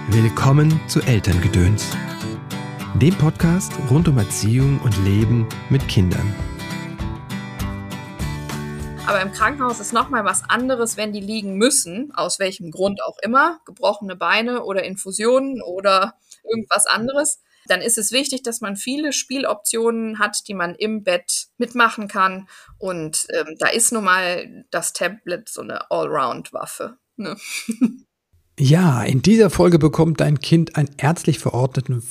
Willkommen zu Elterngedöns, dem Podcast rund um Erziehung und Leben mit Kindern. Aber im Krankenhaus ist nochmal was anderes, wenn die liegen müssen, aus welchem Grund auch immer, gebrochene Beine oder Infusionen oder irgendwas anderes. Dann ist es wichtig, dass man viele Spieloptionen hat, die man im Bett mitmachen kann. Und da ist nun mal das Tablet so eine Allround-Waffe. Ne? Ja, in dieser Folge bekommt dein Kind einen ärztlich verordneten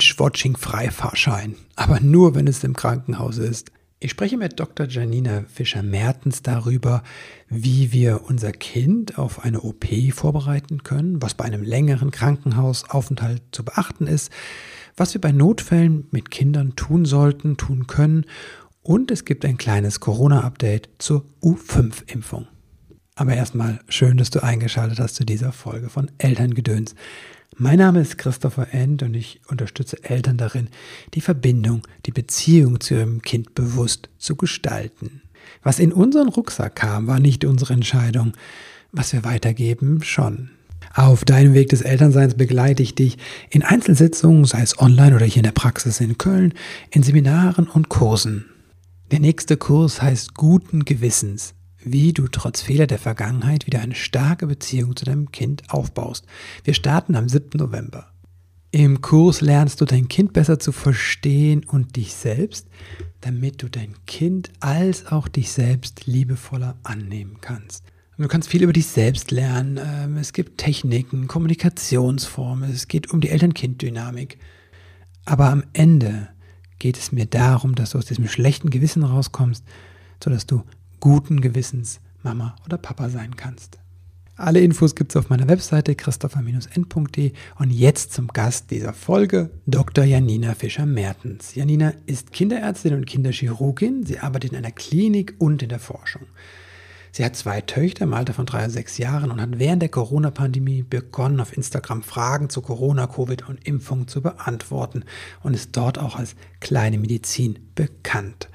Binge-Watching-Freifahrschein. Aber nur, wenn es im Krankenhaus ist. Ich spreche mit Dr. Janina Fischer-Mertens darüber, wie wir unser Kind auf eine OP vorbereiten können, was bei einem längeren Krankenhausaufenthalt zu beachten ist, was wir bei Notfällen mit Kindern tun sollten, tun können. Und es gibt ein kleines Corona-Update zur U5-Impfung. Aber erstmal schön, dass du eingeschaltet hast zu dieser Folge von Elterngedöns. Mein Name ist Christopher End und ich unterstütze Eltern darin, die Verbindung, die Beziehung zu ihrem Kind bewusst zu gestalten. Was in unseren Rucksack kam, war nicht unsere Entscheidung. Was wir weitergeben, schon. Auf deinem Weg des Elternseins begleite ich dich in Einzelsitzungen, sei es online oder hier in der Praxis in Köln, in Seminaren und Kursen. Der nächste Kurs heißt Guten Gewissens, wie du trotz Fehler der Vergangenheit wieder eine starke Beziehung zu deinem Kind aufbaust. Wir starten am 7. November. Im Kurs lernst du dein Kind besser zu verstehen und dich selbst, damit du dein Kind als auch dich selbst liebevoller annehmen kannst. Du kannst viel über dich selbst lernen. Es gibt Techniken, Kommunikationsformen, es geht um die Eltern-Kind-Dynamik. Aber am Ende geht es mir darum, dass du aus diesem schlechten Gewissen rauskommst, sodass du guten Gewissens Mama oder Papa sein kannst. Alle Infos gibt es auf meiner Webseite christopher-n.de und jetzt zum Gast dieser Folge, Dr. Janina Fischer-Mertens. Janina ist Kinderärztin und Kinderchirurgin. Sie arbeitet in einer Klinik und in der Forschung. Sie hat 2 Töchter im Alter von 3 und 6 Jahren und hat während der Corona-Pandemie begonnen, auf Instagram Fragen zu Corona, Covid und Impfung zu beantworten und ist dort auch als kleine Medizin bekannt.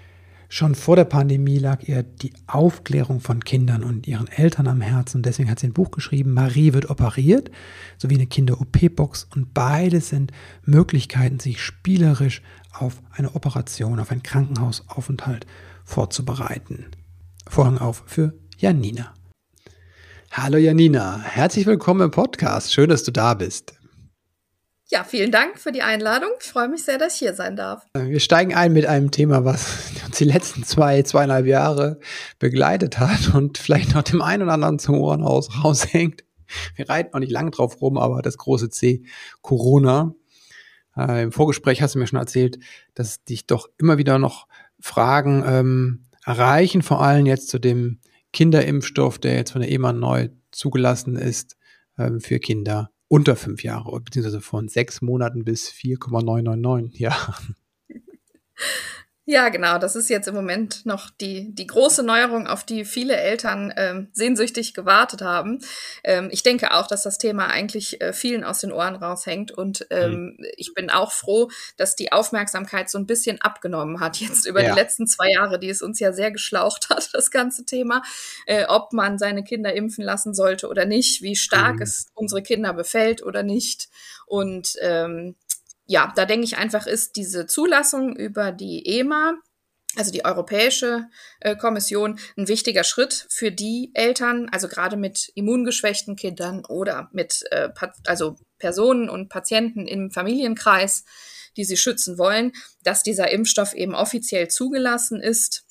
Schon vor der Pandemie lag ihr die Aufklärung von Kindern und ihren Eltern am Herzen und deswegen hat sie ein Buch geschrieben, Marie wird operiert, sowie eine Kinder-OP-Box und beides sind Möglichkeiten, sich spielerisch auf eine Operation, auf einen Krankenhausaufenthalt vorzubereiten. Vorhang auf für Janina. Hallo Janina, herzlich willkommen im Podcast, schön, dass du da bist. Ja, vielen Dank für die Einladung. Ich freue mich sehr, dass ich hier sein darf. Wir steigen ein mit einem Thema, was uns die letzten 2,5 Jahre begleitet hat und vielleicht noch dem einen oder anderen zum Ohren raushängt. Wir reiten noch nicht lange drauf rum, aber das große C, Corona. Im Vorgespräch hast du mir schon erzählt, dass dich doch immer wieder noch Fragen erreichen, vor allem jetzt zu dem Kinderimpfstoff, der jetzt von der EMA neu zugelassen ist für Kinder unter 5 Jahre, beziehungsweise von 6 Monaten bis 4,999 Jahren. Ja, genau. Das ist jetzt im Moment noch die große Neuerung, auf die viele Eltern sehnsüchtig gewartet haben. Ich denke auch, dass das Thema eigentlich vielen aus den Ohren raushängt. Und ich bin auch froh, dass die Aufmerksamkeit so ein bisschen abgenommen hat jetzt über die letzten 2 Jahre, die es uns ja sehr geschlaucht hat, das ganze Thema. Ob man seine Kinder impfen lassen sollte oder nicht, wie stark es unsere Kinder befällt oder nicht. Und ja, da denke ich einfach, ist diese Zulassung über die EMA, also die Europäische Kommission, ein wichtiger Schritt für die Eltern, also gerade mit immungeschwächten Kindern oder mit also Personen und Patienten im Familienkreis, die sie schützen wollen, dass dieser Impfstoff eben offiziell zugelassen ist.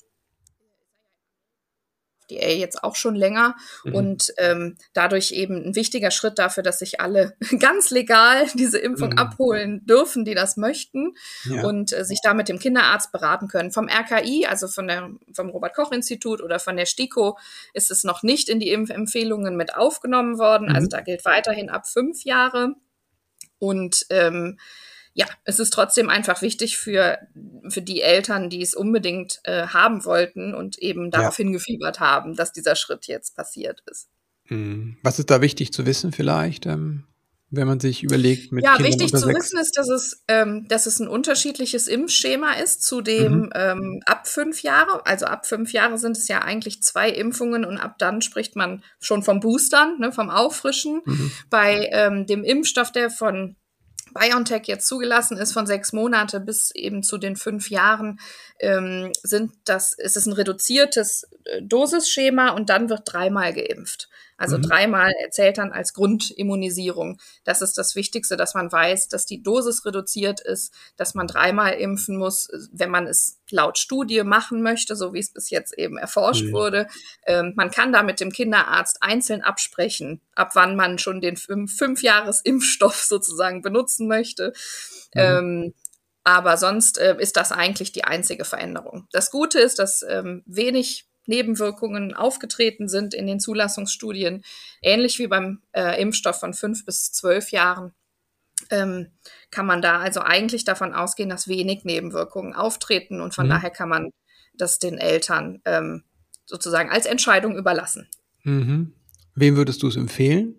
Die jetzt auch schon länger und dadurch eben ein wichtiger Schritt dafür, dass sich alle ganz legal diese Impfung abholen dürfen, die das möchten und sich da mit dem Kinderarzt beraten können. Vom RKI, also vom Robert-Koch-Institut oder von der STIKO ist es noch nicht in die Impfempfehlungen mit aufgenommen worden. Also da gilt weiterhin ab 5 Jahre und ja, es ist trotzdem einfach wichtig für die Eltern, die es unbedingt haben wollten und eben darauf hingefiebert haben, dass dieser Schritt jetzt passiert ist. Was ist da wichtig zu wissen vielleicht? wenn man sich überlegt, mit Ja, Kindern wichtig unter zu 6? wissen ist, dass es ein unterschiedliches Impfschema ist zu dem ab 5 Jahre. Also ab 5 Jahre sind es ja eigentlich 2 Impfungen und ab dann spricht man schon vom Boostern, ne, vom Auffrischen. Bei dem Impfstoff, der von BioNTech jetzt zugelassen ist, von 6 Monate bis eben zu den 5 Jahren, ist es ein reduziertes Dosisschema und dann wird 3-mal geimpft. Also 3-mal zählt dann als Grundimmunisierung. Das ist das Wichtigste, dass man weiß, dass die Dosis reduziert ist, dass man 3-mal impfen muss, wenn man es laut Studie machen möchte, so wie es bis jetzt eben erforscht wurde. Man kann da mit dem Kinderarzt einzeln absprechen, ab wann man schon den 5-Jahres-Impfstoff sozusagen benutzen möchte. Aber sonst ist das eigentlich die einzige Veränderung. Das Gute ist, dass wenig Nebenwirkungen aufgetreten sind in den Zulassungsstudien, ähnlich wie beim Impfstoff von 5 bis 12 Jahren. Kann man da also eigentlich davon ausgehen, dass wenig Nebenwirkungen auftreten und von daher kann man das den Eltern sozusagen als Entscheidung überlassen. Wem würdest du es empfehlen?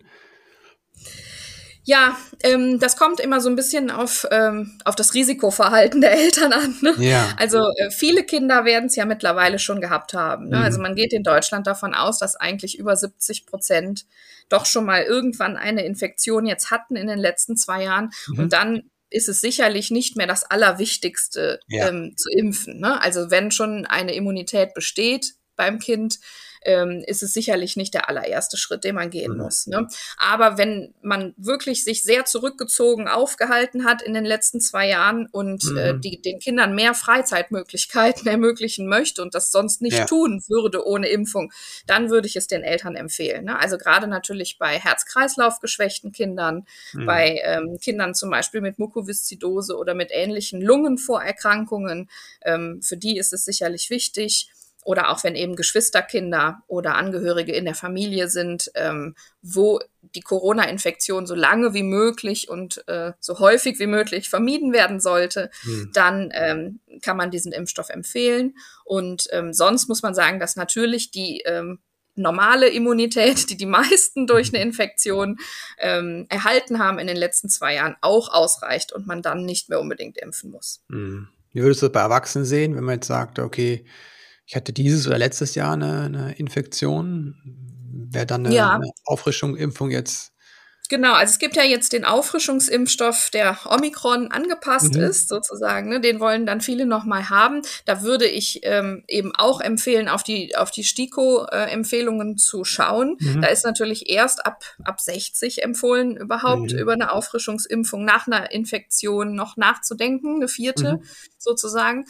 Ja, das kommt immer so ein bisschen auf das Risikoverhalten der Eltern an. Ne? Ja. Also viele Kinder werden es ja mittlerweile schon gehabt haben. Ne? Also man geht in Deutschland davon aus, dass eigentlich über 70% doch schon mal irgendwann eine Infektion jetzt hatten in den letzten 2 Jahren. Und dann ist es sicherlich nicht mehr das Allerwichtigste zu impfen. Ne? Also wenn schon eine Immunität besteht beim Kind, ist es sicherlich nicht der allererste Schritt, den man gehen muss. Ne? Aber wenn man wirklich sich sehr zurückgezogen aufgehalten hat in den letzten 2 Jahren und den Kindern mehr Freizeitmöglichkeiten ermöglichen möchte und das sonst nicht tun würde ohne Impfung, dann würde ich es den Eltern empfehlen. Ne? Also gerade natürlich bei Herz-Kreislauf-geschwächten Kindern, bei Kindern zum Beispiel mit Mukoviszidose oder mit ähnlichen Lungenvorerkrankungen, für die ist es sicherlich wichtig. Oder auch wenn eben Geschwisterkinder oder Angehörige in der Familie sind, wo die Corona-Infektion so lange wie möglich und so häufig wie möglich vermieden werden sollte, dann kann man diesen Impfstoff empfehlen. Und sonst muss man sagen, dass natürlich die normale Immunität, die meisten durch eine Infektion erhalten haben in den letzten 2 Jahren, auch ausreicht und man dann nicht mehr unbedingt impfen muss. Wie würdest du das bei Erwachsenen sehen, wenn man jetzt sagt, okay, ich hatte dieses oder letztes Jahr eine Infektion? Wäre dann eine Auffrischung, Impfung jetzt? Genau, also es gibt ja jetzt den Auffrischungsimpfstoff, der Omikron angepasst ist, sozusagen. Ne? Den wollen dann viele noch mal haben. Da würde ich eben auch empfehlen, auf die STIKO-Empfehlungen zu schauen. Da ist natürlich erst ab 60 empfohlen, überhaupt über eine Auffrischungsimpfung nach einer Infektion noch nachzudenken, eine 4. sozusagen.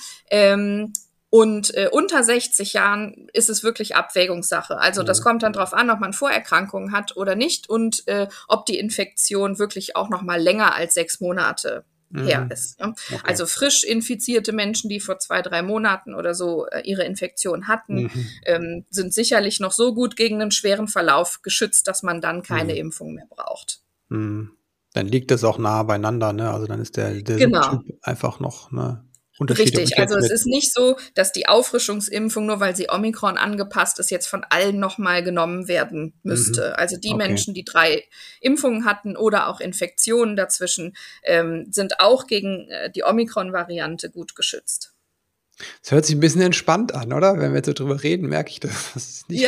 Und unter 60 Jahren ist es wirklich Abwägungssache. Also das kommt dann drauf an, ob man Vorerkrankungen hat oder nicht und ob die Infektion wirklich auch noch mal länger als 6 Monate her ist. Ne? Okay. Also frisch infizierte Menschen, die vor 2-3 Monaten oder so ihre Infektion hatten, sind sicherlich noch so gut gegen einen schweren Verlauf geschützt, dass man dann keine Impfung mehr braucht. Dann liegt das auch nah beieinander, ne? Also dann ist der Subtyp einfach noch Richtig, also es ist nicht so, dass die Auffrischungsimpfung, nur weil sie Omikron angepasst ist, jetzt von allen nochmal genommen werden müsste. Also die Menschen, die 3 Impfungen hatten oder auch Infektionen dazwischen, sind auch gegen die Omikron-Variante gut geschützt. Das hört sich ein bisschen entspannt an, oder? Wenn wir jetzt so drüber reden, merke ich das. Ist nicht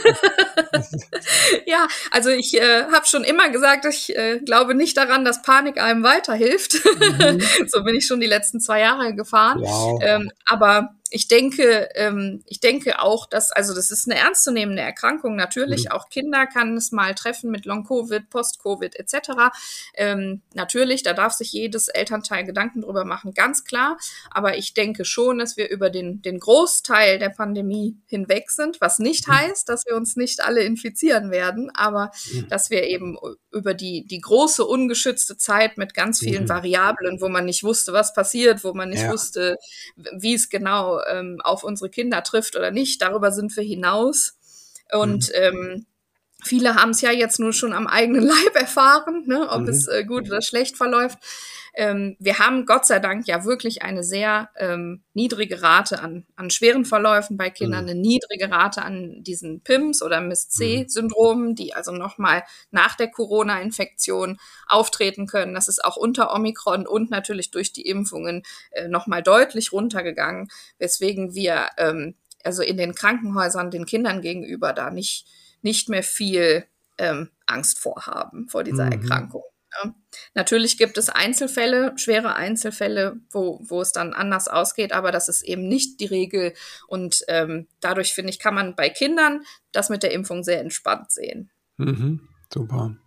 Ja, also ich habe schon immer gesagt, ich glaube nicht daran, dass Panik einem weiterhilft. So bin ich schon die letzten 2 Jahre gefahren. Wow. Aber ich denke auch, dass, also das ist eine ernstzunehmende Erkrankung. Natürlich, auch Kinder kann es mal treffen mit Long-Covid, Post-Covid etc. Natürlich, da darf sich jedes Elternteil Gedanken drüber machen, ganz klar. Aber ich denke schon, dass wir über den Großteil der Pandemie hinweg sind, was nicht heißt, dass wir uns nicht alle infizieren werden, aber dass wir eben über die große ungeschützte Zeit mit ganz vielen Variablen, wo man nicht wusste, was passiert, wo man nicht wusste, wie es genau auf unsere Kinder trifft oder nicht, darüber sind wir hinaus. Und Viele haben es ja jetzt nur schon am eigenen Leib erfahren, ne, ob es gut oder schlecht verläuft. Wir haben Gott sei Dank ja wirklich eine sehr niedrige Rate an schweren Verläufen bei Kindern, eine niedrige Rate an diesen PIMS oder MIS-C-Syndromen, die also nochmal nach der Corona-Infektion auftreten können. Das ist auch unter Omikron und natürlich durch die Impfungen nochmal deutlich runtergegangen, weswegen wir also in den Krankenhäusern den Kindern gegenüber da nicht mehr viel Angst vorhaben, vor dieser Erkrankung. Ja. Natürlich gibt es Einzelfälle, schwere Einzelfälle, wo es dann anders ausgeht, aber das ist eben nicht die Regel. Und dadurch, finde ich, kann man bei Kindern das mit der Impfung sehr entspannt sehen. Super.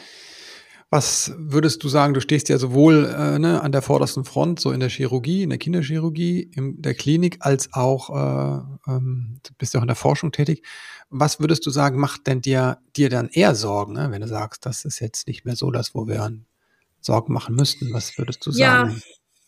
Was würdest du sagen, du stehst ja sowohl an der vordersten Front, so in der Chirurgie, in der Kinderchirurgie, in der Klinik, als auch du bist ja auch in der Forschung tätig. Was würdest du sagen, macht denn dir dann eher Sorgen, ne? Wenn du sagst, das ist jetzt nicht mehr so das, wo wir Sorgen machen müssten? Was würdest du sagen?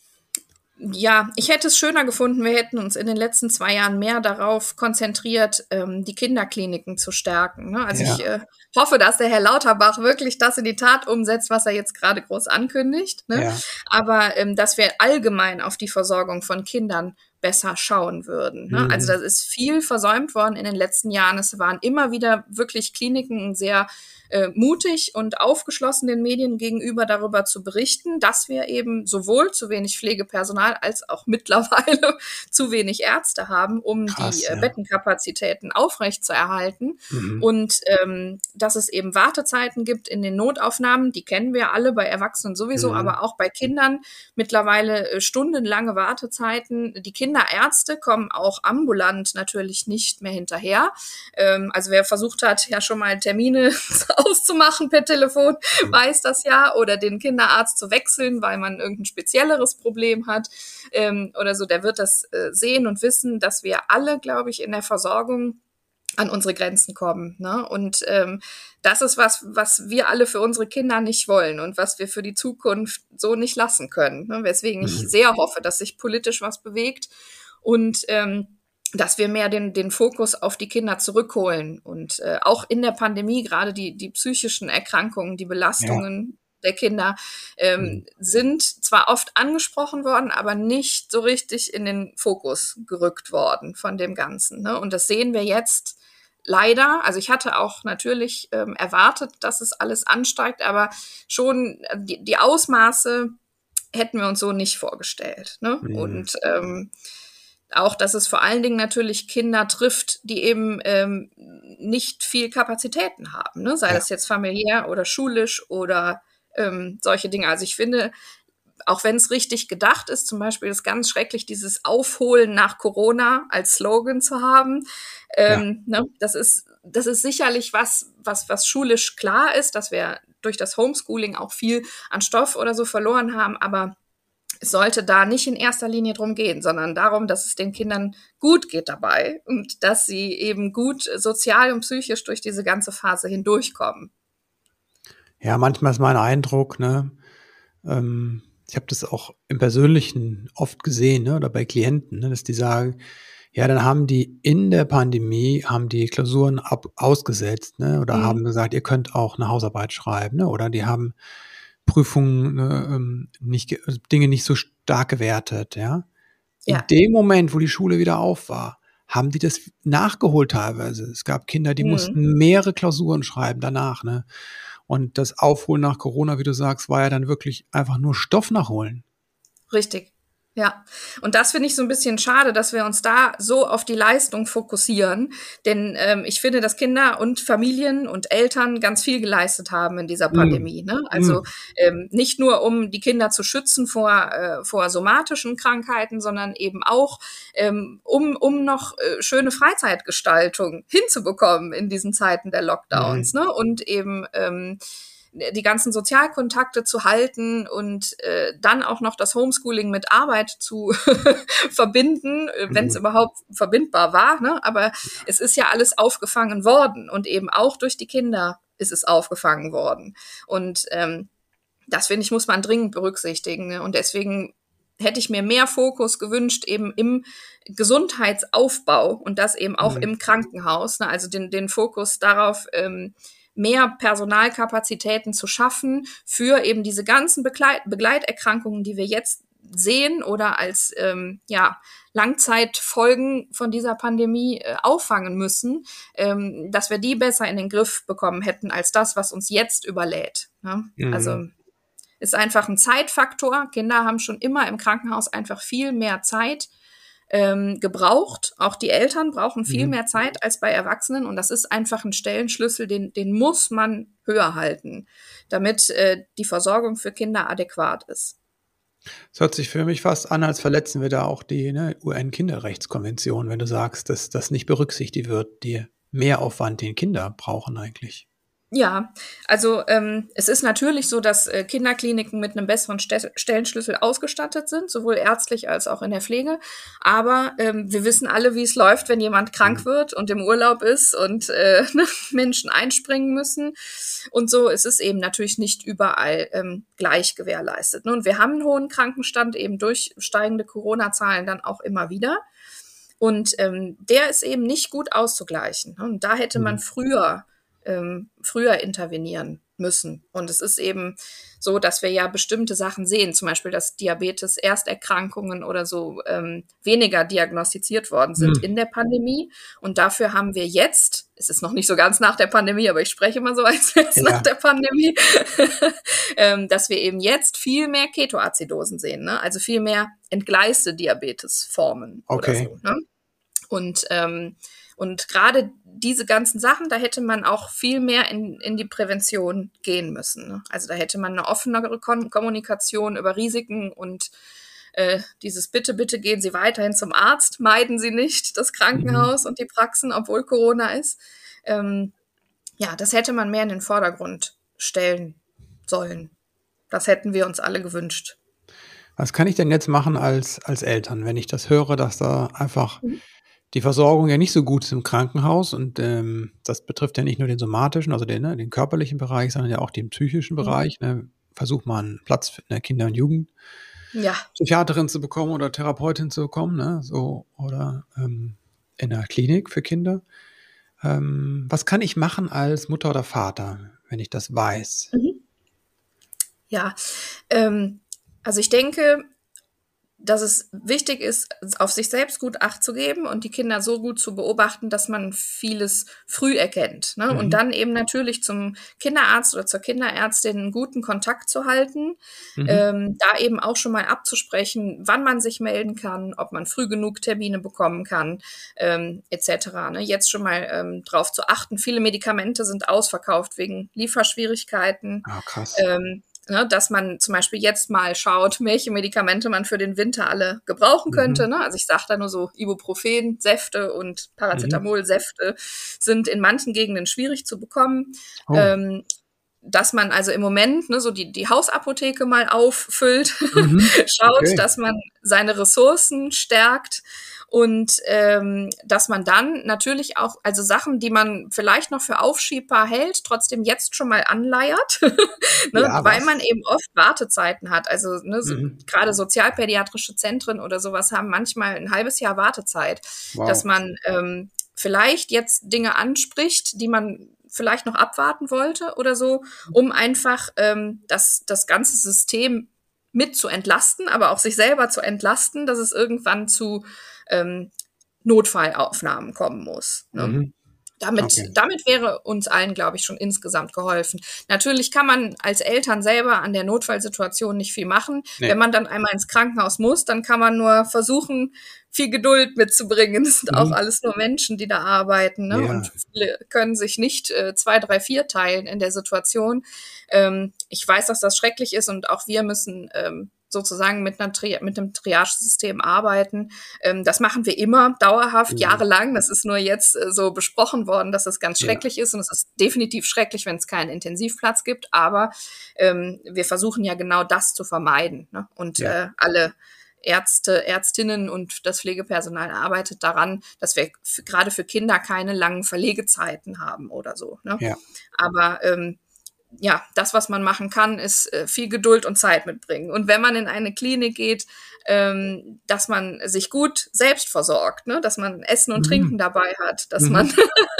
Ja, ich hätte es schöner gefunden, wir hätten uns in den letzten 2 Jahren mehr darauf konzentriert, die Kinderkliniken zu stärken. Ne? Also ich hoffe, dass der Herr Lauterbach wirklich das in die Tat umsetzt, was er jetzt gerade groß ankündigt. Ne? Ja. Aber dass wir allgemein auf die Versorgung von Kindern besser schauen würden. Ne? Also das ist viel versäumt worden in den letzten Jahren. Es waren immer wieder wirklich Kliniken sehr mutig und aufgeschlossen den Medien gegenüber darüber zu berichten, dass wir eben sowohl zu wenig Pflegepersonal als auch mittlerweile zu wenig Ärzte haben, um die Bettenkapazitäten aufrechtzuerhalten. Und dass es eben Wartezeiten gibt in den Notaufnahmen, die kennen wir alle bei Erwachsenen sowieso, aber auch bei Kindern mittlerweile stundenlange Wartezeiten. Die Kinderärzte kommen auch ambulant natürlich nicht mehr hinterher. Also wer versucht hat, ja schon mal Termine auszumachen per Telefon, weiß das ja, oder den Kinderarzt zu wechseln, weil man irgendein spezielleres Problem hat oder so, der wird das sehen und wissen, dass wir alle, glaube ich, in der Versorgung an unsere Grenzen kommen. Ne? Und das ist was wir alle für unsere Kinder nicht wollen und was wir für die Zukunft so nicht lassen können. Ne? Weswegen ich sehr hoffe, dass sich politisch was bewegt und dass wir mehr den Fokus auf die Kinder zurückholen und auch in der Pandemie gerade die psychischen Erkrankungen, die Belastungen der Kinder sind zwar oft angesprochen worden, aber nicht so richtig in den Fokus gerückt worden von dem Ganzen. Ne? Und das sehen wir jetzt leider. Also ich hatte auch natürlich erwartet, dass es alles ansteigt, aber schon die Ausmaße hätten wir uns so nicht vorgestellt. Ne? Und auch, dass es vor allen Dingen natürlich Kinder trifft, die eben nicht viel Kapazitäten haben, ne? Sei das jetzt familiär oder schulisch oder solche Dinge. Also ich finde, auch wenn es richtig gedacht ist, zum Beispiel ist ganz schrecklich, dieses Aufholen nach Corona als Slogan zu haben. Ne? Das ist sicherlich was schulisch klar ist, dass wir durch das Homeschooling auch viel an Stoff oder so verloren haben, aber es sollte da nicht in erster Linie drum gehen, sondern darum, dass es den Kindern gut geht dabei und dass sie eben gut sozial und psychisch durch diese ganze Phase hindurchkommen. Ja, manchmal ist mein Eindruck, ne, ich habe das auch im Persönlichen oft gesehen, ne, oder bei Klienten, ne, dass die sagen, ja, dann haben die in der Pandemie, die Klausuren ausgesetzt, ne, oder haben gesagt, ihr könnt auch eine Hausarbeit schreiben, ne, oder die haben Prüfungen Dinge nicht so stark gewertet, ja. In dem Moment, wo die Schule wieder auf war, haben die das nachgeholt teilweise. Es gab Kinder, die mussten mehrere Klausuren schreiben danach, ne. Und das Aufholen nach Corona, wie du sagst, war ja dann wirklich einfach nur Stoff nachholen. Richtig. Ja, und das finde ich so ein bisschen schade, dass wir uns da so auf die Leistung fokussieren, denn ich finde, dass Kinder und Familien und Eltern ganz viel geleistet haben in dieser Pandemie. Ne? Also nicht nur, um die Kinder zu schützen vor somatischen Krankheiten, sondern eben auch, um noch schöne Freizeitgestaltung hinzubekommen in diesen Zeiten der Lockdowns, ne? Und eben die ganzen Sozialkontakte zu halten und dann auch noch das Homeschooling mit Arbeit zu verbinden, wenn es überhaupt verbindbar war. Ne? Aber es ist ja alles aufgefangen worden und eben auch durch die Kinder ist es aufgefangen worden. Und das, finde ich, muss man dringend berücksichtigen. Ne? Und deswegen hätte ich mir mehr Fokus gewünscht eben im Gesundheitsaufbau und das eben auch im Krankenhaus, ne? Also den Fokus darauf, mehr Personalkapazitäten zu schaffen für eben diese ganzen Begleiterkrankungen, die wir jetzt sehen oder als Langzeitfolgen von dieser Pandemie auffangen müssen, dass wir die besser in den Griff bekommen hätten als das, was uns jetzt überlädt. Ne? Also ist einfach ein Zeitfaktor. Kinder haben schon immer im Krankenhaus einfach viel mehr Zeit gebraucht. Auch die Eltern brauchen viel mehr Zeit als bei Erwachsenen. Und das ist einfach ein Stellenschlüssel, den muss man höher halten, damit die Versorgung für Kinder adäquat ist. Es hört sich für mich fast an, als verletzen wir da auch die UN-Kinderrechtskonvention, wenn du sagst, dass das nicht berücksichtigt wird, der Mehraufwand, den Kinder brauchen eigentlich. Ja, also es ist natürlich so, dass Kinderkliniken mit einem besseren Stellenschlüssel ausgestattet sind, sowohl ärztlich als auch in der Pflege. Aber wir wissen alle, wie es läuft, wenn jemand krank wird und im Urlaub ist und Menschen einspringen müssen. Und so ist es eben natürlich nicht überall gleich gewährleistet. Und wir haben einen hohen Krankenstand eben durch steigende Corona-Zahlen dann auch immer wieder. Und der ist eben nicht gut auszugleichen. Und da hätte man früher intervenieren müssen. Und es ist eben so, dass wir ja bestimmte Sachen sehen, zum Beispiel, dass Diabetes, Ersterkrankungen oder so weniger diagnostiziert worden sind in der Pandemie. Und dafür haben wir jetzt, es ist noch nicht so ganz nach der Pandemie, aber ich spreche mal so, als wäre es nach der Pandemie, dass wir eben jetzt viel mehr Ketoazidosen sehen, ne? Also viel mehr entgleiste Diabetesformen oder so. Ne? Und gerade diese ganzen Sachen, da hätte man auch viel mehr in die Prävention gehen müssen. Ne? Also da hätte man eine offenere Kommunikation über Risiken und dieses Bitte gehen Sie weiterhin zum Arzt, meiden Sie nicht das Krankenhaus und die Praxen, obwohl Corona ist. Das hätte man mehr in den Vordergrund stellen sollen. Das hätten wir uns alle gewünscht. Was kann ich denn jetzt machen als Eltern, wenn ich das höre, dass da einfach die Versorgung ja nicht so gut ist im Krankenhaus und das betrifft ja nicht nur den somatischen, also den körperlichen Bereich, sondern ja auch den psychischen Bereich. Ne? Versucht mal einen Platz für eine Kinder- und Jugendpsychiaterin zu bekommen oder Therapeutin zu bekommen, ne? So, oder in einer Klinik für Kinder. Was kann ich machen als Mutter oder Vater, wenn ich das weiß? Ja, also ich denke, dass es wichtig ist, auf sich selbst gut Acht zu geben und die Kinder so gut zu beobachten, dass man vieles früh erkennt. Ne? Und dann eben natürlich zum Kinderarzt oder zur Kinderärztin einen guten Kontakt zu halten, da eben auch schon mal abzusprechen, wann man sich melden kann, ob man früh genug Termine bekommen kann, etc. Ne? Jetzt schon mal drauf zu achten. Viele Medikamente sind ausverkauft wegen Lieferschwierigkeiten. Ah, krass. Dass man zum Beispiel jetzt mal schaut, welche Medikamente man für den Winter alle gebrauchen könnte. Ne? Also ich sage da nur so Ibuprofen-Säfte und Paracetamol-Säfte sind in manchen Gegenden schwierig zu bekommen. Dass man also im Moment so die Hausapotheke mal auffüllt, schaut, dass man seine Ressourcen stärkt und dass man dann natürlich auch, also Sachen, die man vielleicht noch für aufschiebbar hält, trotzdem jetzt schon mal anleiert, weil man eben oft Wartezeiten hat. Also gerade sozialpädiatrische Zentren oder sowas haben manchmal ein halbes Jahr Wartezeit, dass man vielleicht jetzt Dinge anspricht, die man vielleicht noch abwarten wollte oder so, um einfach das ganze System mit zu entlasten, aber auch sich selber zu entlasten, dass es irgendwann zu Notfallaufnahmen kommen muss. Ne? Damit wäre uns allen, glaube ich, schon insgesamt geholfen. Natürlich kann man als Eltern selber an der Notfallsituation nicht viel machen. Nee. Wenn man dann einmal ins Krankenhaus muss, dann kann man nur versuchen, viel Geduld mitzubringen. Das sind auch alles nur Menschen, die da arbeiten. Ne? Ja. Und viele können sich nicht 2, 3, 4 teilen in der Situation. Ich weiß, dass das schrecklich ist und auch wir müssen sozusagen mit einem Triage-System arbeiten. Das machen wir immer, dauerhaft, jahrelang. Das ist nur jetzt so besprochen worden, dass es ganz schrecklich ist. Und es ist definitiv schrecklich, wenn es keinen Intensivplatz gibt. Aber wir versuchen ja genau das zu vermeiden. Ne? Und alle Ärzte, Ärztinnen und das Pflegepersonal arbeitet daran, dass wir gerade für Kinder keine langen Verlegezeiten haben oder so. Ne? Ja. Aber ja, das, was man machen kann, ist viel Geduld und Zeit mitbringen. Und wenn man in eine Klinik geht, dass man sich gut selbst versorgt, ne? Dass man Essen und Trinken dabei hat, dass man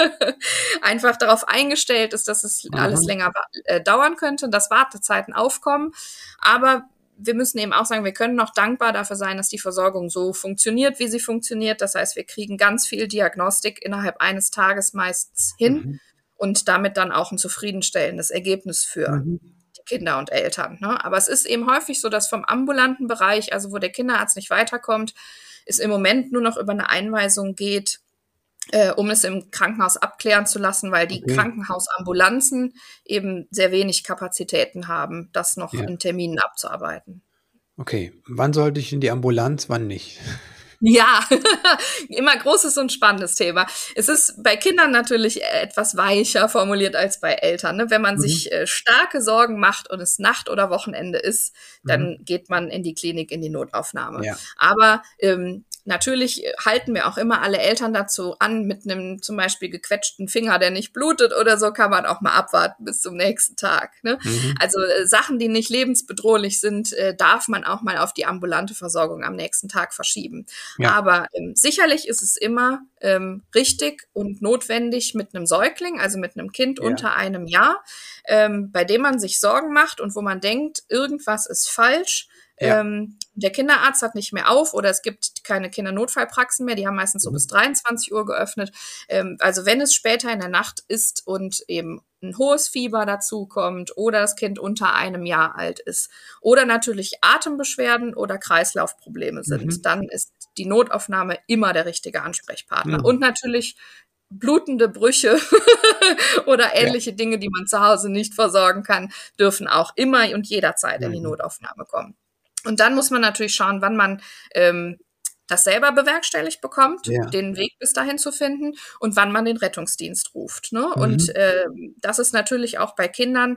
einfach darauf eingestellt ist, dass es alles länger dauern könnte, dass Wartezeiten aufkommen. Aber wir müssen eben auch sagen, wir können noch dankbar dafür sein, dass die Versorgung so funktioniert, wie sie funktioniert. Das heißt, wir kriegen ganz viel Diagnostik innerhalb eines Tages meistens hin und damit dann auch ein zufriedenstellendes Ergebnis für die Kinder und Eltern. Ne? Aber es ist eben häufig so, dass vom ambulanten Bereich, also wo der Kinderarzt nicht weiterkommt, es im Moment nur noch über eine Einweisung geht, um es im Krankenhaus abklären zu lassen, weil die Krankenhausambulanzen eben sehr wenig Kapazitäten haben, das noch in Terminen abzuarbeiten. Okay, wann sollte ich in die Ambulanz, wann nicht? Ja, immer großes und spannendes Thema. Es ist bei Kindern natürlich etwas weicher formuliert als bei Eltern. Ne? Wenn man sich starke Sorgen macht und es Nacht oder Wochenende ist, dann geht man in die Klinik, in die Notaufnahme. Ja. Aber natürlich halten wir auch immer alle Eltern dazu an, mit einem zum Beispiel gequetschten Finger, der nicht blutet oder so, kann man auch mal abwarten bis zum nächsten Tag. Ne? Also Sachen, die nicht lebensbedrohlich sind, darf man auch mal auf die ambulante Versorgung am nächsten Tag verschieben. Ja. Aber sicherlich ist es immer richtig und notwendig mit einem Säugling, also mit einem Kind unter einem Jahr, bei dem man sich Sorgen macht und wo man denkt, irgendwas ist falsch. Ja. Der Kinderarzt hat nicht mehr auf oder es gibt keine Kindernotfallpraxen mehr, die haben meistens so bis 23 Uhr geöffnet. Also wenn es später in der Nacht ist und eben ein hohes Fieber dazu kommt oder das Kind unter einem Jahr alt ist oder natürlich Atembeschwerden oder Kreislaufprobleme sind, dann ist die Notaufnahme immer der richtige Ansprechpartner. Und natürlich blutende Brüche oder ähnliche Dinge, die man zu Hause nicht versorgen kann, dürfen auch immer und jederzeit in die Notaufnahme kommen. Und dann muss man natürlich schauen, wann man das selber bewerkstelligt bekommt, den Weg bis dahin zu finden und wann man den Rettungsdienst ruft. Ne? Und das ist natürlich auch bei Kindern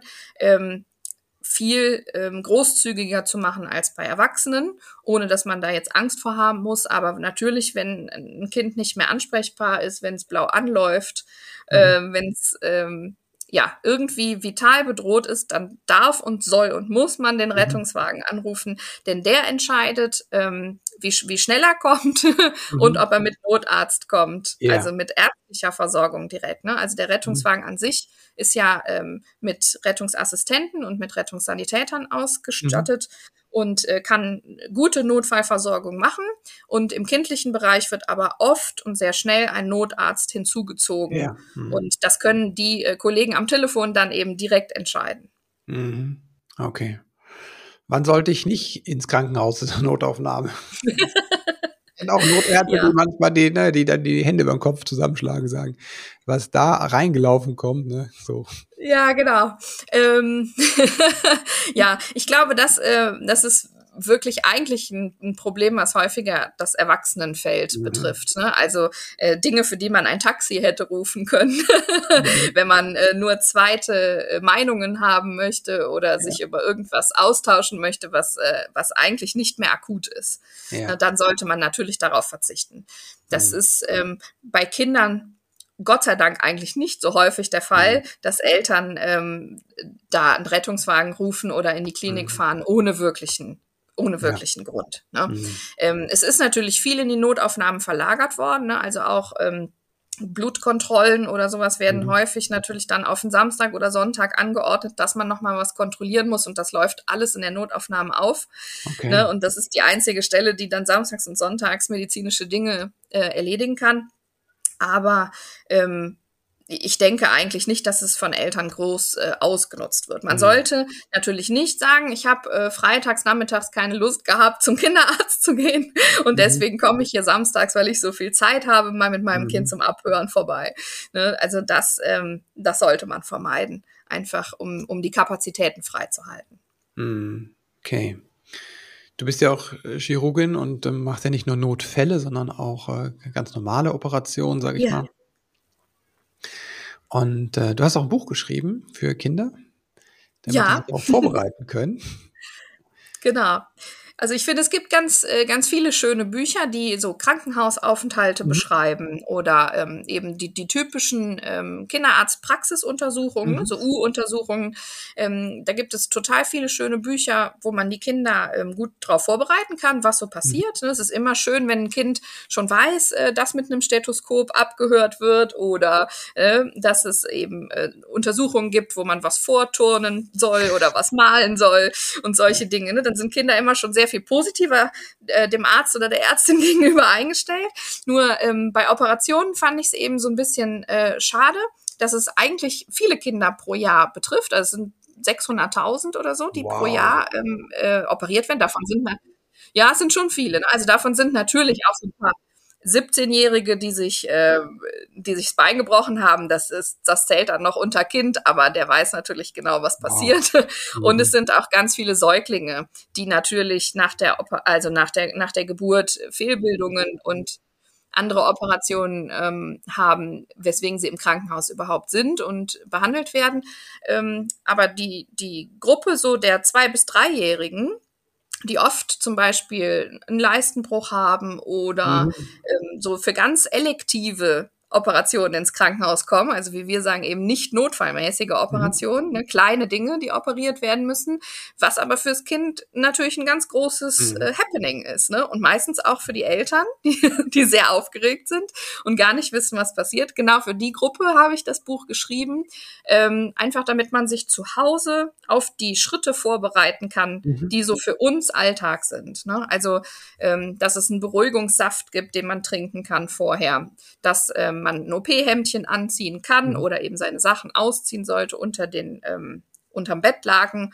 viel großzügiger zu machen als bei Erwachsenen, ohne dass man da jetzt Angst vor haben muss. Aber natürlich, wenn ein Kind nicht mehr ansprechbar ist, wenn es blau anläuft, wenn es irgendwie vital bedroht ist, dann darf und soll und muss man den Rettungswagen anrufen, denn der entscheidet, wie schnell er kommt und ob er mit Notarzt kommt, also mit ärztlicher Versorgung direkt. Ne? Also der Rettungswagen an sich ist ja mit Rettungsassistenten und mit Rettungssanitätern ausgestattet und kann gute Notfallversorgung machen. Und im kindlichen Bereich wird aber oft und sehr schnell ein Notarzt hinzugezogen. Ja. Und das können die Kollegen am Telefon dann eben direkt entscheiden. Okay. Wann sollte ich nicht ins Krankenhaus in der Notaufnahme? Und auch Notärzte, die manchmal die dann die Hände über den Kopf zusammenschlagen, sagen, was da reingelaufen kommt, ne, so. Ja, genau. Ja, ich glaube, das ist wirklich eigentlich ein Problem, was häufiger das Erwachsenenfeld betrifft. Ne? Also Dinge, für die man ein Taxi hätte rufen können, wenn man nur zweite Meinungen haben möchte oder sich über irgendwas austauschen möchte, was eigentlich nicht mehr akut ist. Ja. Dann sollte man natürlich darauf verzichten. Das ist bei Kindern Gott sei Dank eigentlich nicht so häufig der Fall, dass Eltern da einen Rettungswagen rufen oder in die Klinik fahren ohne wirklichen Grund. Ne? Es ist natürlich viel in die Notaufnahmen verlagert worden, ne? Also auch Blutkontrollen oder sowas werden häufig natürlich dann auf den Samstag oder Sonntag angeordnet, dass man nochmal was kontrollieren muss und das läuft alles in der Notaufnahme auf. Okay. Ne? Und das ist die einzige Stelle, die dann samstags und sonntags medizinische Dinge erledigen kann. Aber ich denke eigentlich nicht, dass es von Eltern groß ausgenutzt wird. Man sollte natürlich nicht sagen, ich habe freitags, nachmittags keine Lust gehabt, zum Kinderarzt zu gehen und deswegen komme ich hier samstags, weil ich so viel Zeit habe, mal mit meinem Kind zum Abhören vorbei. Ne? Also das sollte man vermeiden, einfach um die Kapazitäten freizuhalten. Okay. Du bist ja auch Chirurgin und machst ja nicht nur Notfälle, sondern auch ganz normale Operationen, sage ich mal. Und du hast auch ein Buch geschrieben für Kinder, damit sie sich auch vorbereiten können. Genau. Also ich finde, es gibt ganz viele schöne Bücher, die so Krankenhausaufenthalte beschreiben oder eben die typischen Kinderarztpraxisuntersuchungen, so U-Untersuchungen. Da gibt es total viele schöne Bücher, wo man die Kinder gut darauf vorbereiten kann, was so passiert. Ne? Es ist immer schön, wenn ein Kind schon weiß, dass mit einem Stethoskop abgehört wird oder dass es eben Untersuchungen gibt, wo man was vorturnen soll oder was malen soll und solche Dinge. Ne? Dann sind Kinder immer schon sehr viel positiver dem Arzt oder der Ärztin gegenüber eingestellt. Nur bei Operationen fand ich es eben so ein bisschen schade, dass es eigentlich viele Kinder pro Jahr betrifft. Also es sind 600.000 oder so, die pro Jahr operiert werden. Davon sind ja, es sind schon viele. Ne? Also davon sind natürlich auch so ein paar 17-Jährige, die sich das Bein gebrochen haben, das zählt dann noch unter Kind, aber der weiß natürlich genau, was passiert. Und es sind auch ganz viele Säuglinge, die natürlich nach der Geburt Fehlbildungen und andere Operationen haben, weswegen sie im Krankenhaus überhaupt sind und behandelt werden. Aber die Gruppe so der 2- bis 3-Jährigen, die oft zum Beispiel einen Leistenbruch haben oder so für ganz elektive Operationen ins Krankenhaus kommen, also wie wir sagen, eben nicht notfallmäßige Operationen, ne, kleine Dinge, die operiert werden müssen, was aber fürs Kind natürlich ein ganz großes Happening ist, ne? Und meistens auch für die Eltern, die sehr aufgeregt sind und gar nicht wissen, was passiert. Genau für die Gruppe habe ich das Buch geschrieben, einfach damit man sich zu Hause auf die Schritte vorbereiten kann, die so für uns Alltag sind, ne? Also, dass es einen Beruhigungssaft gibt, den man trinken kann vorher, dass man ein OP-Hemdchen anziehen kann oder eben seine Sachen ausziehen sollte unterm Bettlaken.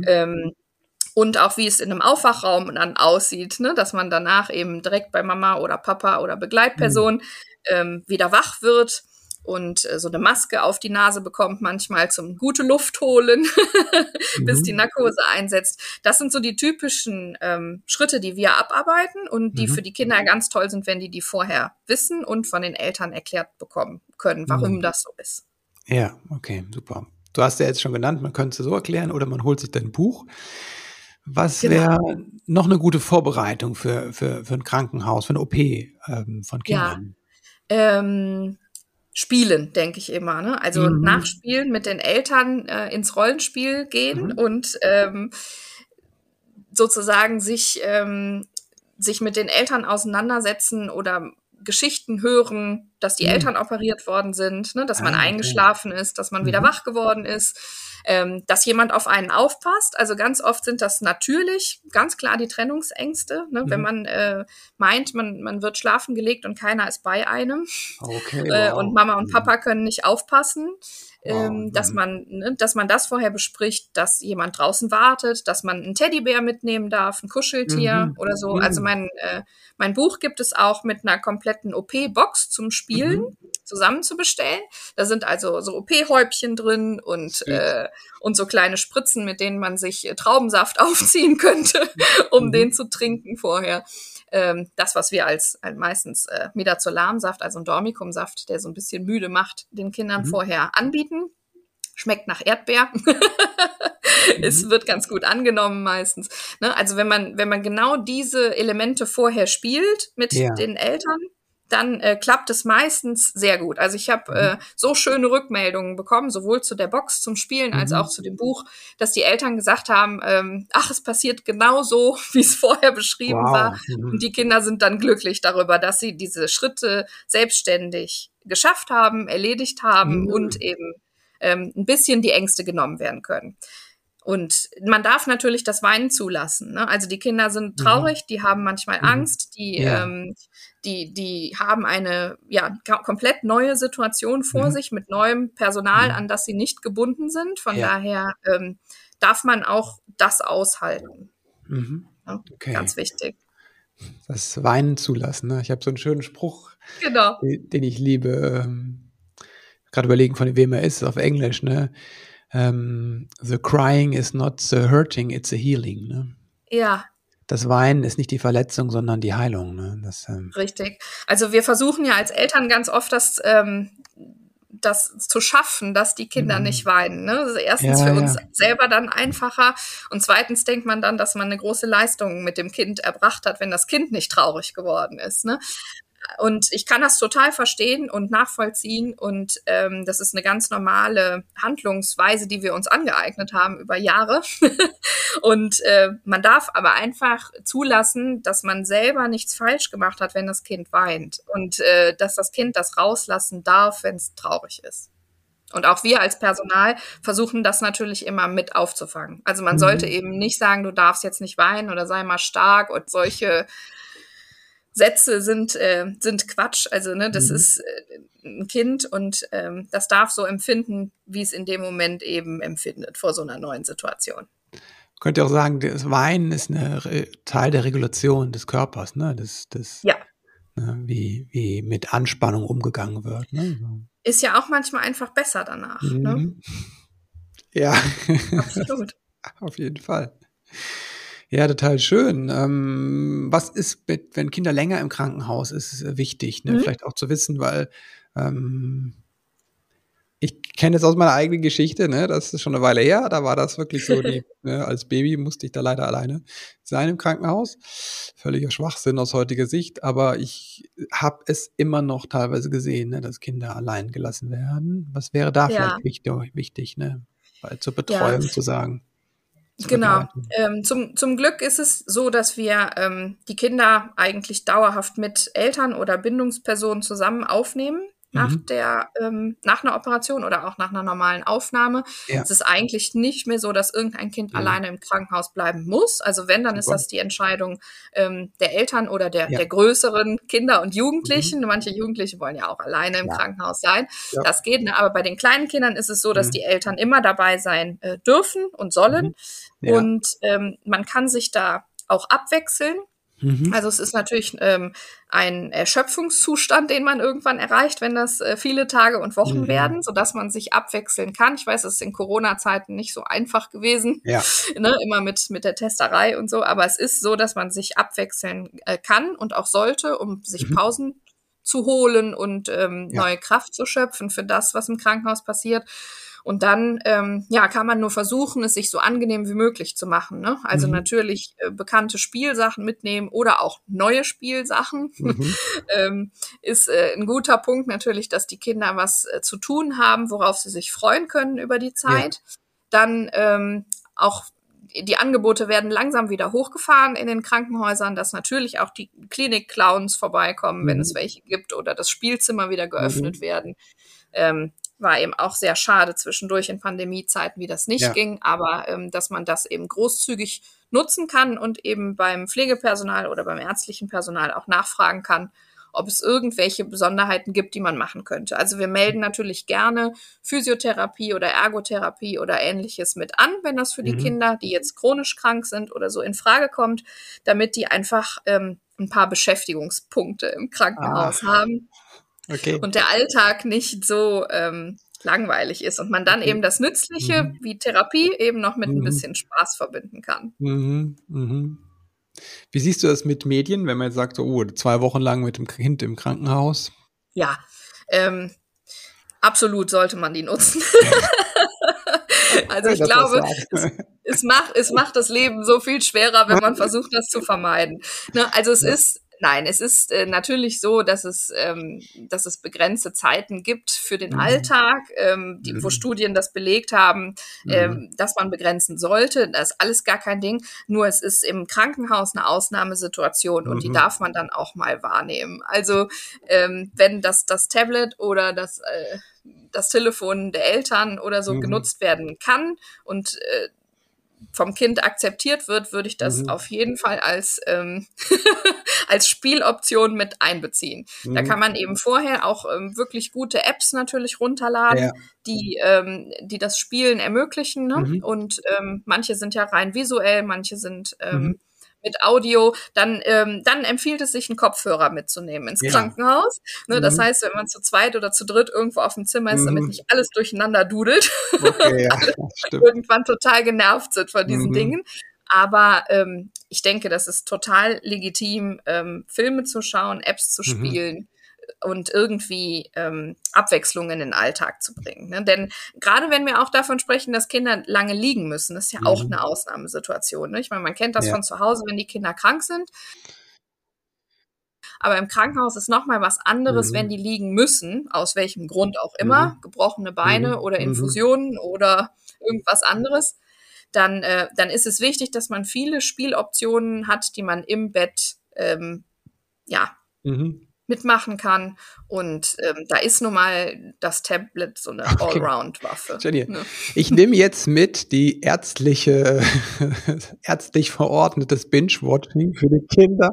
Und auch wie es in einem Aufwachraum dann aussieht, ne? Dass man danach eben direkt bei Mama oder Papa oder Begleitperson wieder wach wird und so eine Maske auf die Nase bekommt, manchmal zum gute Luft holen, bis die Narkose einsetzt. Das sind so die typischen Schritte, die wir abarbeiten und die für die Kinder ganz toll sind, wenn die vorher wissen und von den Eltern erklärt bekommen können, warum das so ist. Ja, okay, super. Du hast ja jetzt schon genannt, man könnte es so erklären oder man holt sich dein Buch. Was wäre noch eine gute Vorbereitung für ein Krankenhaus, für eine OP von Kindern? Ja, Spielen, denke ich immer, ne? Also nachspielen, mit den Eltern ins Rollenspiel gehen und sozusagen sich mit den Eltern auseinandersetzen oder Geschichten hören, dass die Eltern operiert worden sind, ne? Dass man eingeschlafen ist, dass man wieder wach geworden ist, dass jemand auf einen aufpasst. Also ganz oft sind das natürlich ganz klar die Trennungsängste, ne? Wenn man meint, man wird schlafen gelegt und keiner ist bei einem. Und Mama und Papa können nicht aufpassen. Dass man das vorher bespricht, dass jemand draußen wartet, dass man einen Teddybär mitnehmen darf, ein Kuscheltier oder so. Also mein Buch gibt es auch mit einer kompletten OP-Box zum Spielen zusammen zu bestellen. Da sind also so OP-Häubchen drin und so kleine Spritzen, mit denen man sich Traubensaft aufziehen könnte, um den zu trinken vorher. Das, was wir als meistens Midazolamsaft, also ein Dormicumsaft, der so ein bisschen müde macht, den Kindern vorher anbieten. Schmeckt nach Erdbeer. Es wird ganz gut angenommen meistens. Ne? Also wenn man genau diese Elemente vorher spielt mit den Eltern, dann klappt es meistens sehr gut. Also ich habe so schöne Rückmeldungen bekommen, sowohl zu der Box zum Spielen als auch zu dem Buch, dass die Eltern gesagt haben, es passiert genau so, wie es vorher beschrieben war. Und die Kinder sind dann glücklich darüber, dass sie diese Schritte selbstständig geschafft haben, erledigt haben und eben ein bisschen die Ängste genommen werden können. Und man darf natürlich das Weinen zulassen, ne? Also die Kinder sind traurig, die haben manchmal Angst, die haben eine komplett neue Situation vor sich mit neuem Personal, an das sie nicht gebunden sind. Von daher darf man auch das aushalten. Ja, ganz wichtig. Das Weinen zulassen. Ne? Ich habe so einen schönen Spruch, den ich liebe. Gerade überlegen, von wem er ist, auf Englisch. Ne? The crying is not the hurting, it's the healing. Ne? Ja. Das Weinen ist nicht die Verletzung, sondern die Heilung. Ne? Richtig. Also wir versuchen ja als Eltern ganz oft, das das zu schaffen, dass die Kinder nicht weinen. Ne? Also erstens Ja, für ja. uns selber dann einfacher und zweitens denkt man dann, dass man eine große Leistung mit dem Kind erbracht hat, wenn das Kind nicht traurig geworden ist. Ne? Und ich kann das total verstehen und nachvollziehen und das ist eine ganz normale Handlungsweise, die wir uns angeeignet haben über Jahre. Und man darf aber einfach zulassen, dass man selber nichts falsch gemacht hat, wenn das Kind weint und dass das Kind das rauslassen darf, wenn es traurig ist. Und auch wir als Personal versuchen das natürlich immer mit aufzufangen. Also man sollte eben nicht sagen, du darfst jetzt nicht weinen oder sei mal stark und solche Sätze sind Quatsch. Also ne, das ist ein Kind und das darf so empfinden, wie es in dem Moment eben empfindet vor so einer neuen Situation. Könnt ihr auch sagen, das Weinen ist ein Teil der Regulation des Körpers, ne? Ja. Ne? Wie mit Anspannung umgegangen wird. Ne? Ist ja auch manchmal einfach besser danach. Ne? Ja. Absolut. Auf jeden Fall. Ja, total schön. Was ist, wenn Kinder länger im Krankenhaus ist wichtig, ne? Vielleicht auch zu wissen, weil ich kenne es aus meiner eigenen Geschichte, ne? Das ist schon eine Weile her, da war das wirklich so, ne? Als Baby musste ich da leider alleine sein im Krankenhaus. Völliger Schwachsinn aus heutiger Sicht, aber ich habe es immer noch teilweise gesehen, ne? Dass Kinder allein gelassen werden. Was wäre da vielleicht wichtig, ne? Weil zur Betreuung zu sagen. Genau. Zum Glück ist es so, dass wir die Kinder eigentlich dauerhaft mit Eltern oder Bindungspersonen zusammen aufnehmen. Nach einer Operation oder auch nach einer normalen Aufnahme. Ja. Es ist eigentlich nicht mehr so, dass irgendein Kind alleine im Krankenhaus bleiben muss. Also wenn, dann ist das die Entscheidung der Eltern oder der größeren Kinder und Jugendlichen. Manche Jugendliche wollen ja auch alleine im Krankenhaus sein. Ja. Das geht, ne? Aber bei den kleinen Kindern ist es so, dass die Eltern immer dabei sein dürfen und sollen. Ja. Und man kann sich da auch abwechseln. Also es ist natürlich ein Erschöpfungszustand, den man irgendwann erreicht, wenn das viele Tage und Wochen werden, sodass man sich abwechseln kann. Ich weiß, es ist in Corona-Zeiten nicht so einfach gewesen, ne, immer mit der Testerei und so, aber es ist so, dass man sich abwechseln kann und auch sollte, um sich Pausen zu holen und neue Kraft zu schöpfen für das, was im Krankenhaus passiert. Und dann kann man nur versuchen, es sich so angenehm wie möglich zu machen. Ne? Also natürlich bekannte Spielsachen mitnehmen oder auch neue Spielsachen. Ist ein guter Punkt natürlich, dass die Kinder was zu tun haben, worauf sie sich freuen können über die Zeit. Ja. Dann auch die Angebote werden langsam wieder hochgefahren in den Krankenhäusern, dass natürlich auch die Klinik-Clowns vorbeikommen, wenn es welche gibt, oder das Spielzimmer wieder geöffnet werden. War eben auch sehr schade zwischendurch in Pandemiezeiten, wie das nicht ging, aber dass man das eben großzügig nutzen kann und eben beim Pflegepersonal oder beim ärztlichen Personal auch nachfragen kann, ob es irgendwelche Besonderheiten gibt, die man machen könnte. Also wir melden natürlich gerne Physiotherapie oder Ergotherapie oder Ähnliches mit an, wenn das für die Kinder, die jetzt chronisch krank sind oder so, in Frage kommt, damit die einfach ein paar Beschäftigungspunkte im Krankenhaus haben. Okay. Und der Alltag nicht so langweilig ist und man dann eben das Nützliche wie Therapie eben noch mit ein bisschen Spaß verbinden kann. Wie siehst du das mit Medien, wenn man jetzt sagt, so 2 Wochen lang mit dem Kind im Krankenhaus? Ja, absolut sollte man die nutzen. Also ich glaube, es macht das Leben so viel schwerer, wenn man versucht, das zu vermeiden. Ne? Also es ist natürlich so, dass es begrenzte Zeiten gibt für den Alltag, wo Studien das belegt haben, dass man begrenzen sollte. Das ist alles gar kein Ding. Nur es ist im Krankenhaus eine Ausnahmesituation und die darf man dann auch mal wahrnehmen. Also wenn das Tablet oder das Telefon der Eltern oder so genutzt werden kann und vom Kind akzeptiert wird, würde ich das auf jeden Fall als Spieloption mit einbeziehen. Da kann man eben vorher auch wirklich gute Apps natürlich runterladen, die das Spielen ermöglichen. Ne? Und manche sind ja rein visuell, manche sind mit Audio, dann empfiehlt es sich, einen Kopfhörer mitzunehmen ins Krankenhaus. Ne, das heißt, wenn man zu zweit oder zu dritt irgendwo auf dem Zimmer ist, damit nicht alles durcheinander dudelt, alle irgendwann total genervt sind von diesen Dingen. Aber ich denke, das ist total legitim, Filme zu schauen, Apps zu spielen, und irgendwie Abwechslung in den Alltag zu bringen. Ne? Denn gerade wenn wir auch davon sprechen, dass Kinder lange liegen müssen, das ist ja auch eine Ausnahmesituation. Ne? Ich meine, man kennt das von zu Hause, wenn die Kinder krank sind. Aber im Krankenhaus ist nochmal was anderes, wenn die liegen müssen, aus welchem Grund auch immer, gebrochene Beine oder Infusionen oder irgendwas anderes. Dann ist es wichtig, dass man viele Spieloptionen hat, die man im Bett mitmachen kann. Und da ist nun mal das Tablet so eine Allround-Waffe. Jenny, ne? Ich nehme jetzt mit die ärztlich verordnetes Binge-Watching für die Kinder.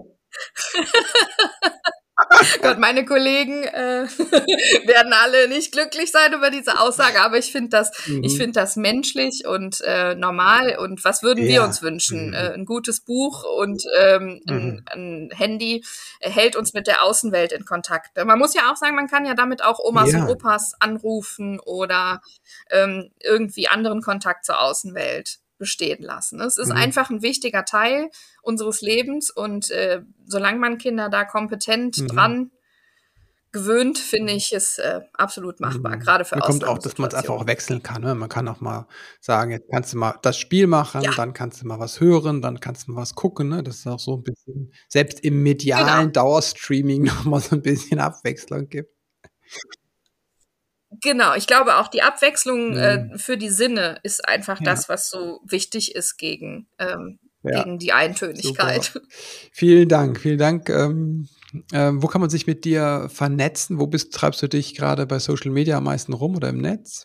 Gott, meine Kollegen werden alle nicht glücklich sein über diese Aussage, aber ich finde das menschlich und normal. Und was würden wir uns wünschen? Ein gutes Buch und ein Handy hält uns mit der Außenwelt in Kontakt. Man muss ja auch sagen, man kann ja damit auch Omas und Opas anrufen oder irgendwie anderen Kontakt zur Außenwelt bestehen lassen. Es ist einfach ein wichtiger Teil unseres Lebens und solange man Kinder da kompetent dran gewöhnt, finde ich es absolut machbar, gerade für Ausnahmesituationen. Kommt auch, dass man es einfach auch wechseln kann. Ne? Man kann auch mal sagen, jetzt kannst du mal das Spiel machen, dann kannst du mal was hören, dann kannst du mal was gucken. Ne? Das ist auch so ein bisschen, selbst im medialen Dauerstreaming noch mal so ein bisschen Abwechslung gibt. Genau, ich glaube auch die Abwechslung für die Sinne ist einfach das, was so wichtig ist gegen die Eintönigkeit. Super. Vielen Dank. Wo kann man sich mit dir vernetzen? Treibst du dich gerade bei Social Media am meisten rum oder im Netz?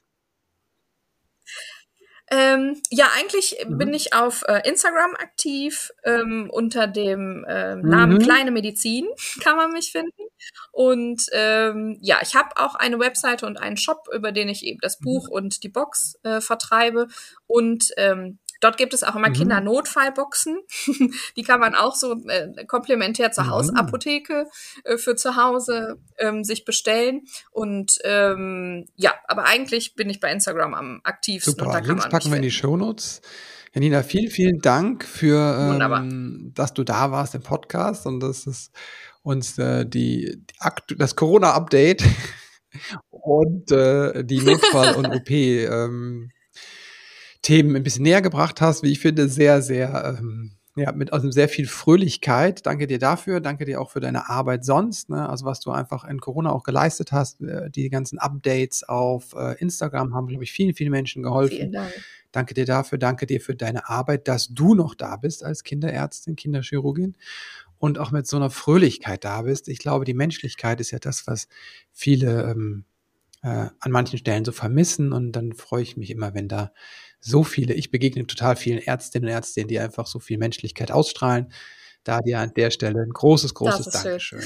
Eigentlich bin ich auf Instagram aktiv, unter dem Namen Kleine Medizin kann man mich finden. Und ich habe auch eine Webseite und einen Shop, über den ich eben das Buch und die Box vertreibe. Und dort gibt es auch immer Kindernotfallboxen. Die kann man auch so komplementär zur Hausapotheke für zu Hause sich bestellen. Und aber eigentlich bin ich bei Instagram am aktivsten. Super, und da kann Links man packen wir in die Shownotes. Janina, vielen Dank für, dass du da warst im Podcast und dass es uns das Corona-Update und die Notfall- und OP Themen ein bisschen näher gebracht hast, wie ich finde, sehr, sehr, mit sehr viel Fröhlichkeit. Danke dir dafür. Danke dir auch für deine Arbeit sonst, ne? Also was du einfach in Corona auch geleistet hast. Die ganzen Updates auf Instagram haben, glaube ich, vielen, vielen Menschen geholfen. Vielen Dank. Danke dir dafür. Danke dir für deine Arbeit, dass du noch da bist als Kinderärztin, Kinderchirurgin und auch mit so einer Fröhlichkeit da bist. Ich glaube, die Menschlichkeit ist ja das, was viele an manchen Stellen so vermissen. Und dann freue ich mich immer, wenn da ich begegne total vielen Ärztinnen und Ärztinnen, die einfach so viel Menschlichkeit ausstrahlen. Da dir an der Stelle ein großes Dankeschön.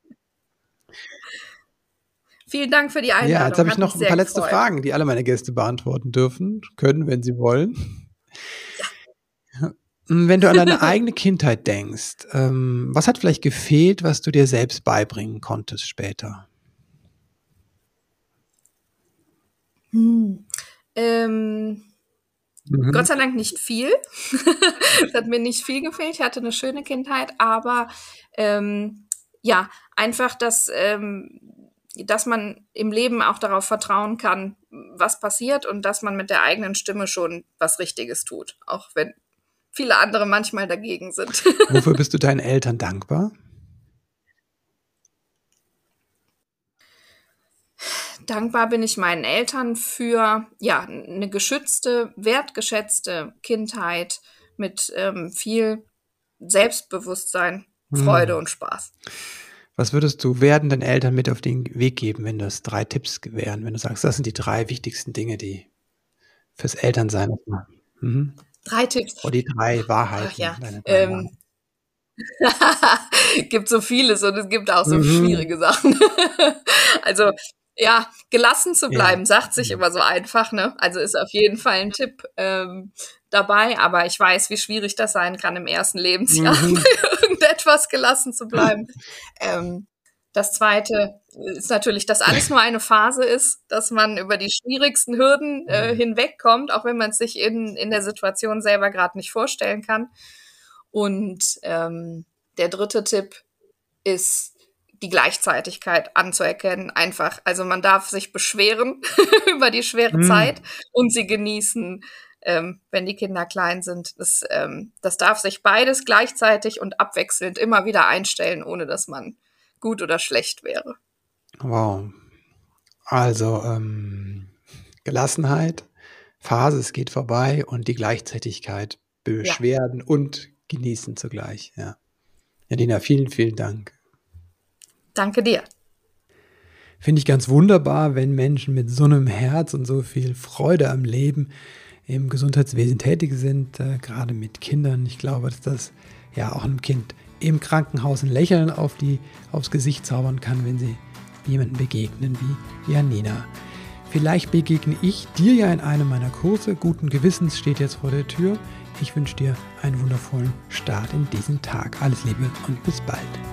Vielen Dank für die Einladung. Ja, jetzt habe ich noch ein paar letzte Fragen, die alle meine Gäste beantworten können, wenn sie wollen. Ja. Wenn du an deine eigene Kindheit denkst, was hat vielleicht gefehlt, was du dir selbst beibringen konntest später? Gott sei Dank nicht viel. Es hat mir nicht viel gefehlt. Ich hatte eine schöne Kindheit, aber einfach, dass man im Leben auch darauf vertrauen kann, was passiert und dass man mit der eigenen Stimme schon was Richtiges tut, auch wenn viele andere manchmal dagegen sind. Wofür bist du deinen Eltern dankbar? Dankbar bin ich meinen Eltern für eine geschützte, wertgeschätzte Kindheit mit viel Selbstbewusstsein, Freude und Spaß. Was würdest du werdenden Eltern mit auf den Weg geben, wenn das 3 Tipps wären, wenn du sagst, das sind die 3 wichtigsten Dinge, die fürs Elternsein machen? 3 Tipps. Oder die 3 Wahrheiten. Gibt so vieles und es gibt auch so schwierige Sachen. Also gelassen zu bleiben, sagt sich immer so einfach, ne? Also ist auf jeden Fall ein Tipp dabei, aber ich weiß, wie schwierig das sein kann im ersten Lebensjahr, bei irgendetwas gelassen zu bleiben. Das Zweite ist natürlich, dass alles nur eine Phase ist, dass man über die schwierigsten Hürden hinwegkommt, auch wenn man es sich in der Situation selber gerade nicht vorstellen kann. Und der dritte Tipp ist, die Gleichzeitigkeit anzuerkennen. Einfach, also man darf sich beschweren über die schwere Zeit und sie genießen, wenn die Kinder klein sind. Das darf sich beides gleichzeitig und abwechselnd immer wieder einstellen, ohne dass man gut oder schlecht wäre. Wow. Also Gelassenheit, Phase, es geht vorbei und die Gleichzeitigkeit, Beschwerden und genießen zugleich. Ja. Janina, vielen, vielen Dank. Danke dir. Finde ich ganz wunderbar, wenn Menschen mit so einem Herz und so viel Freude am Leben im Gesundheitswesen tätig sind, gerade mit Kindern. Ich glaube, dass das ja auch einem Kind im Krankenhaus ein Lächeln aufs Gesicht zaubern kann, wenn sie jemanden begegnen wie Janina. Vielleicht begegne ich dir ja in einem meiner Kurse. Guten Gewissens steht jetzt vor der Tür. Ich wünsche dir einen wundervollen Start in diesen Tag. Alles Liebe und bis bald.